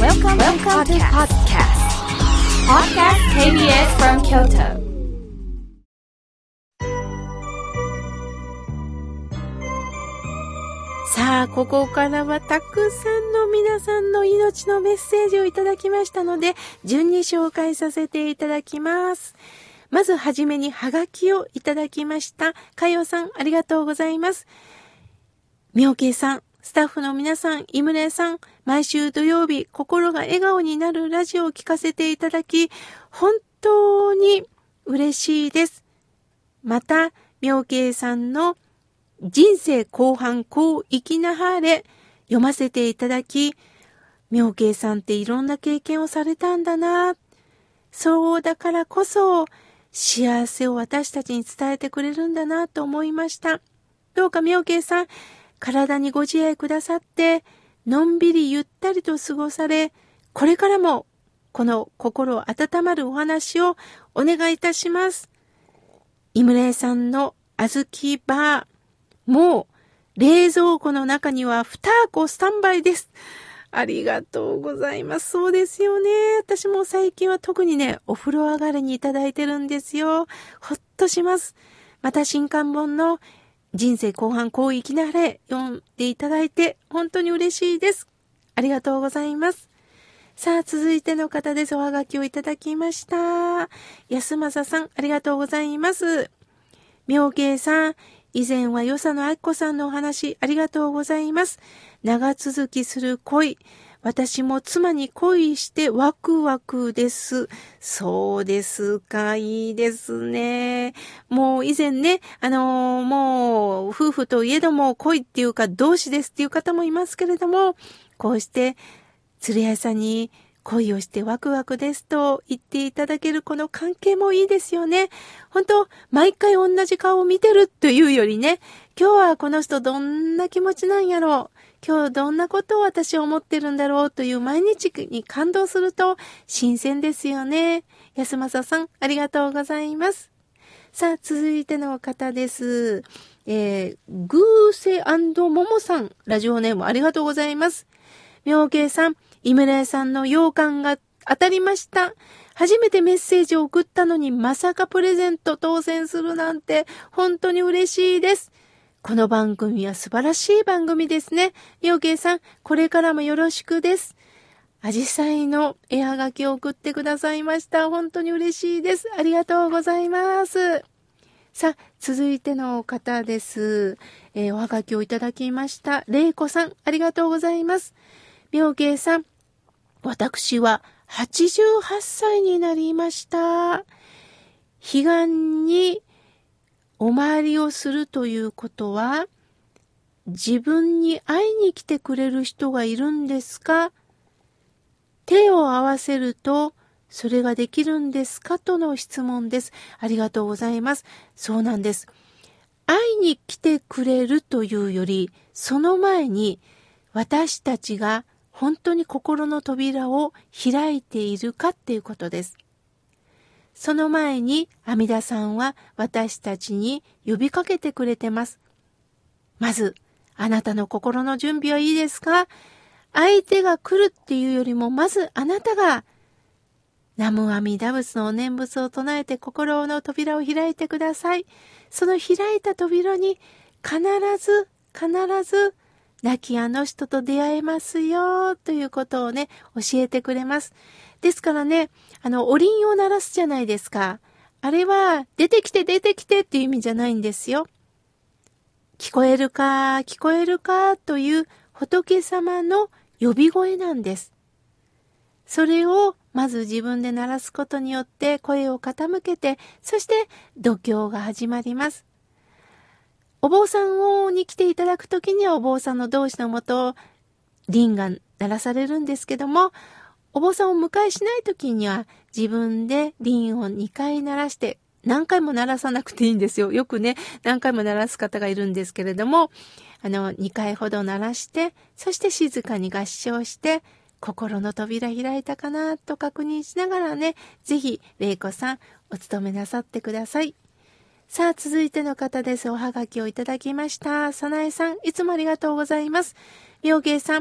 Welcome to podcast. Podcast KBS from Kyoto. さあ、ここからはたくさんの皆さんの命のメッセージをいただきましたので、順に紹介させていただきます。まずはじめにハガキをいただきました。かよさん、ありがとうございます。みょうけいさん、スタッフの皆さん、いむれさん、毎週土曜日、心が笑顔になるラジオを聞かせていただき、本当に嬉しいです。また、みょうけいさんの人生後半こう生きなはれ読ませていただき、みょうけいさんっていろんな経験をされたんだな。そうだからこそ幸せを私たちに伝えてくれるんだなと思いました。どうかみょうけいさん、体にご自愛くださって、のんびりゆったりと過ごされ、これからもこの心温まるお話をお願いいたします。井村屋さんのあずきバー、もう冷蔵庫の中には2個スタンバイです。ありがとうございます。そうですよね。私も最近は特にね、お風呂上がりにいただいてるんですよ。ほっとします。また新刊本の人生後半こう生きなはれ読んでいただいて本当に嬉しいです。ありがとうございます。さあ、続いての方です。おはがきをいただきました。安正さん、ありがとうございます。みょうけいさん、以前は与謝野あきこさんのお話ありがとうございます。長続きする恋。私も妻に恋してワクワクです。そうですか、いいですね。もう以前ね、もう夫婦といえども恋っていうか同志ですっていう方もいますけれども、こうして鶴屋さんに恋をしてワクワクですと言っていただけるこの関係もいいですよね。本当、毎回同じ顔を見てるというよりね、今日はこの人どんな気持ちなんやろう。今日どんなことを私思ってるんだろうという毎日に感動すると新鮮ですよね。安正さん、ありがとうございます。さあ、続いての方です。グーセ&モモさん、ラジオネームありがとうございます。みょうけいさん、井村屋さんの羊羹が当たりました。初めてメッセージを送ったのにまさかプレゼント当選するなんて本当に嬉しいです。この番組は素晴らしい番組ですね。みょうけいさん、これからもよろしくです。あじさいの絵はがきを送ってくださいました。本当に嬉しいです。ありがとうございます。さあ、続いての方です。おはがきをいただきました。れいこさん、ありがとうございます。みょうけいさん、私は88歳になりました。彼岸にお参りをするということは、自分に会いに来てくれる人がいるんですか？手を合わせると、それができるんですかとの質問です。ありがとうございます。そうなんです。会いに来てくれるというより、その前に私たちが本当に心の扉を開いているかっていうことです。その前に阿弥陀さんは私たちに呼びかけてくれてます。まず、あなたの心の準備はいいですか？相手が来るっていうよりも、まずあなたが南無阿弥陀仏のお念仏を唱えて心の扉を開いてください。その開いた扉に必ず亡きあの人と出会えますよということをね、教えてくれます。ですからね、お鈴を鳴らすじゃないですか。あれは出てきてっていう意味じゃないんですよ。聞こえるかという仏様の呼び声なんです。それをまず自分で鳴らすことによって声を傾けて、そして度胸が始まります。お坊さんに来ていただくときにはお坊さんの同士のもと鈴が鳴らされるんですけども、お坊さんを迎えしないときには自分で鈴を2回鳴らして、何回も鳴らさなくていいんですよ。よくね、何回も鳴らす方がいるんですけれども、2回ほど鳴らして、そして静かに合唱して、心の扉開いたかなと確認しながらね、ぜひ、れいこさん、お勤めなさってください。さあ、続いての方です。おはがきをいただきました。さなえさん、いつもありがとうございます。みょうけいさん、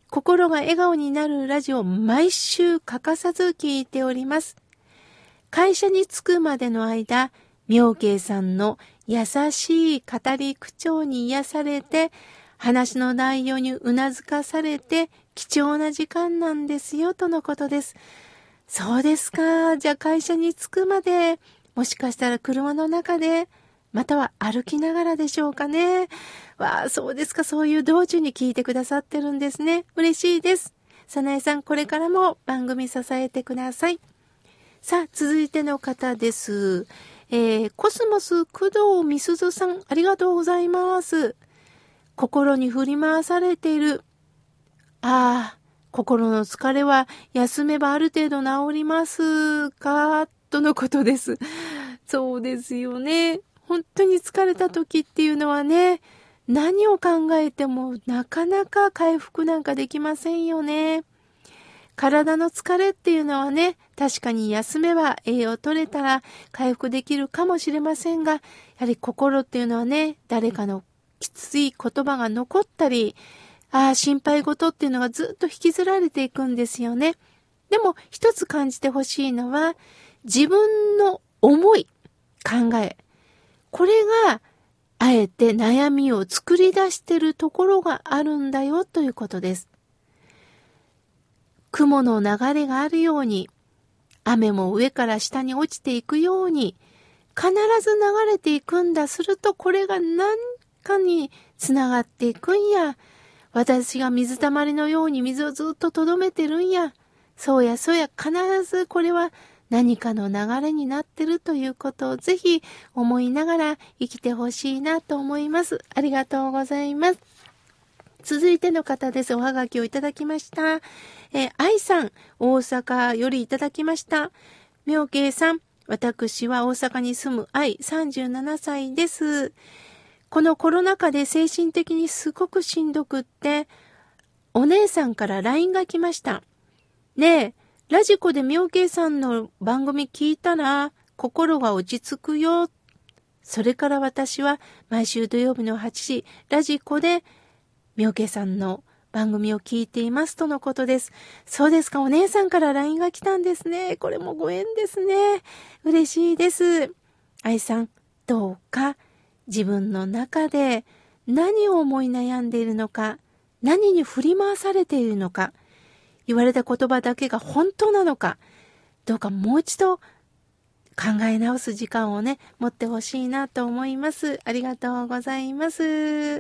心が笑顔になるラジオ、毎週欠かさず聞いております。会社に着くまでの間、妙慶さんの優しい語り口調に癒されて、話の内容にうなずかされて、貴重な時間なんですよ、とのことです。そうですか。じゃあ会社に着くまで、もしかしたら車の中で、または歩きながらでしょうかね。わあ、そうですか。そういう道中に聞いてくださってるんですね。嬉しいです。さなえさん、これからも番組支えてください。さあ、続いての方です。コスモス工藤みすずさん、ありがとうございます。心に振り回されている。ああ、心の疲れは休めばある程度治りますかとのことです。そうですよね。本当に疲れた時っていうのはね、何を考えてもなかなか回復なんかできませんよね。体の疲れっていうのはね、確かに休めば栄養取れたら回復できるかもしれませんが、やはり心っていうのはね、誰かのきつい言葉が残ったり、心配事っていうのがずっと引きずられていくんですよね。でも一つ感じてほしいのは、自分の思い、考え、これがあえて悩みを作り出しているところがあるんだよということです。雲の流れがあるように、雨も上から下に落ちていくように、必ず流れていくんだ。するとこれが何かにつながっていくんや。私が水たまりのように水をずっと留めてるんや。そうやそうや、必ずこれは何かの流れになってるということをぜひ思いながら生きてほしいなと思います。ありがとうございます。続いての方です。おはがきをいただきました。愛さん、大阪よりいただきました。妙慶さん、私は大阪に住む愛37歳です。このコロナ禍で精神的にすごくしんどくって、お姉さんから LINE が来ました。ねえ、ラジコで妙慶さんの番組聞いたら心が落ち着くよ。それから私は毎週土曜日の8時、ラジコで妙慶さんの番組を聞いていますとのことです。そうですか、お姉さんから LINE が来たんですね。これもご縁ですね。嬉しいです。愛さん、どうか自分の中で何を思い悩んでいるのか、何に振り回されているのか、言われた言葉だけが本当なのか、どうかもう一度考え直す時間をね、持ってほしいなと思います。ありがとうございます。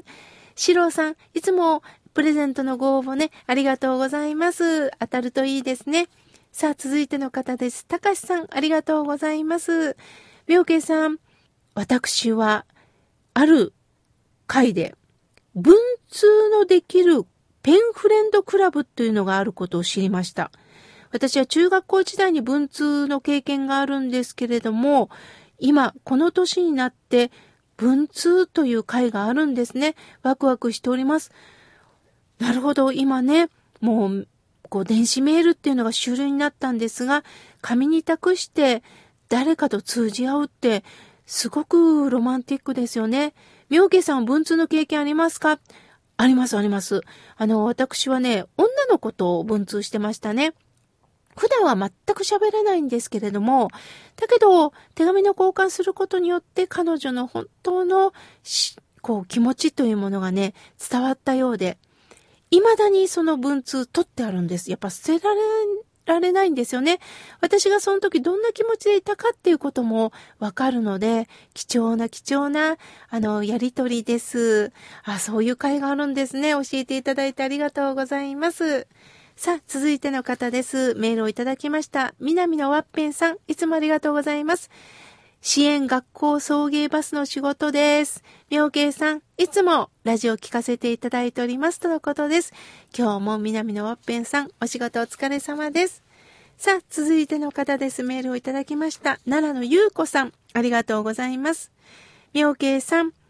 シローさん、いつもプレゼントのご応募ね、ありがとうございます。当たるといいですね。さあ、続いての方です。たかしさん、ありがとうございます。妙慶さん、私は、ある回で、文通のできるペンフレンドクラブというのがあることを知りました。私は中学校時代に文通の経験があるんですけれども、今、この年になって、文通という会があるんですね。ワクワクしております。なるほど、今ね、もう、電子メールっていうのが主流になったんですが、紙に託して誰かと通じ合うって、すごくロマンティックですよね。妙慶さん、文通の経験ありますか？あります、あります。私はね、女の子と文通してましたね。普段は全く喋れないんですけれども、だけど手紙の交換することによって彼女の本当の気持ちというものがね、伝わったようで、未だにその文通取ってあるんです。やっぱ捨てられないんですよね。私がその時どんな気持ちでいたかっていうこともわかるので、貴重なやりとりです。そういう会があるんですね。教えていただいてありがとうございます。さあ、続いての方です。メールをいただきました。南のワッペンさん、いつもありがとうございます。支援学校送迎バスの仕事です。妙慶さん、いつもラジオ聞かせていただいておりますとのことです。今日も南のワッペンさん、お仕事お疲れ様です。さあ、続いての方です。メールをいただきました。奈良のゆうこさん、ありがとうございます。妙慶さん、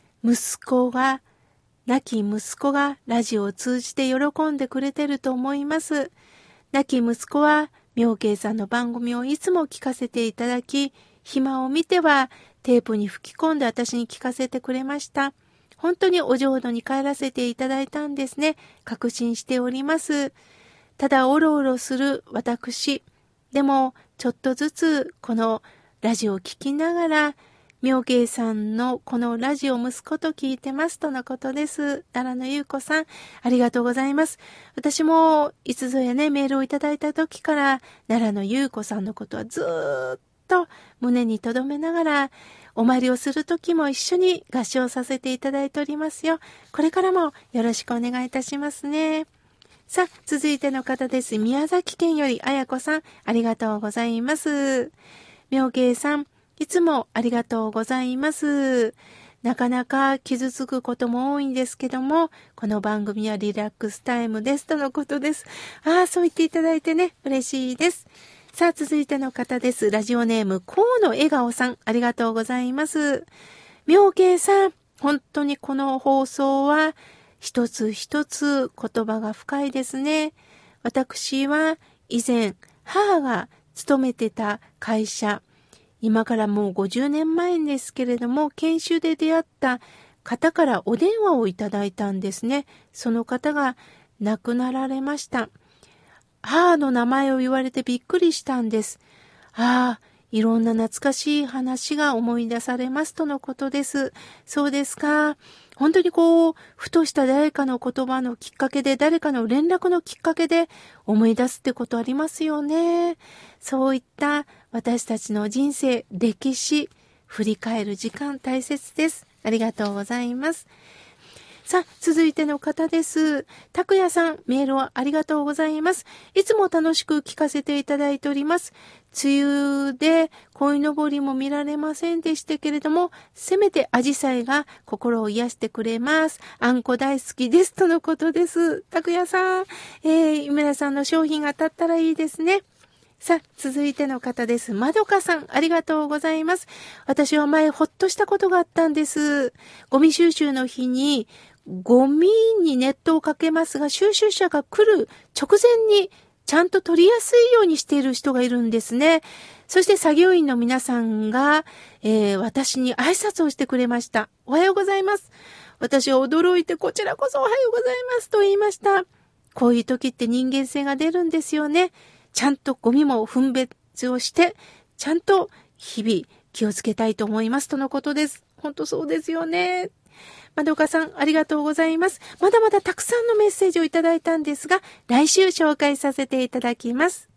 亡き息子がラジオを通じて喜んでくれてると思います。亡き息子は妙慶さんの番組をいつも聞かせていただき、暇を見てはテープに吹き込んで私に聞かせてくれました。 本当にお浄土に帰らせていただいたんですね。確信しております。ただおろおろする私。でもちょっとずつこのラジオを聞きながら、妙慶さんのこのラジオ息子と聞いてますとのことです。奈良のゆうこさん、ありがとうございます。私もいつぞやね、メールをいただいた時から奈良のゆうこさんのことはずーっと胸に留めながら、お参りをする時も一緒に合唱させていただいておりますよ。これからもよろしくお願いいたしますね。さあ、続いての方です。宮崎県よりあやこさん、ありがとうございます。妙慶さん、いつもありがとうございます。なかなか傷つくことも多いんですけども、この番組はリラックスタイムですとのことです。そう言っていただいてね、嬉しいです。さあ、続いての方です。ラジオネーム、河野笑顔さん、ありがとうございます。妙慶さん、本当にこの放送は、一つ一つ言葉が深いですね。私は以前、母が勤めてた会社、今からもう50年前ですけれども、研修で出会った方からお電話をいただいたんですね。その方が亡くなられました。母の名前を言われてびっくりしたんです。いろんな懐かしい話が思い出されますとのことです。そうですか。本当にふとした誰かの言葉のきっかけで、誰かの連絡のきっかけで思い出すってことありますよね。そういった私たちの人生、歴史、振り返る時間大切です。ありがとうございます。さあ、続いての方です。拓也さん、メールをありがとうございます。いつも楽しく聞かせていただいております。梅雨で鯉のぼりも見られませんでしたけれども、せめてアジサイが心を癒してくれます。あんこ大好きです。とのことです。拓也さん、井村さんの商品が当たったらいいですね。さあ、続いての方です。まどかさん、ありがとうございます。私は前、ほっとしたことがあったんです。ゴミ収集の日に、ゴミにネットをかけますが、収集車が来る直前にちゃんと取りやすいようにしている人がいるんですね。そして作業員の皆さんが、私に挨拶をしてくれました。おはようございます。私は驚いて、こちらこそおはようございますと言いました。こういう時って人間性が出るんですよね。ちゃんとゴミも分別をして、ちゃんと日々気をつけたいと思いますとのことです。本当そうですよね。まどかさん、ありがとうございます。まだまだたくさんのメッセージをいただいたんですが、来週紹介させていただきます。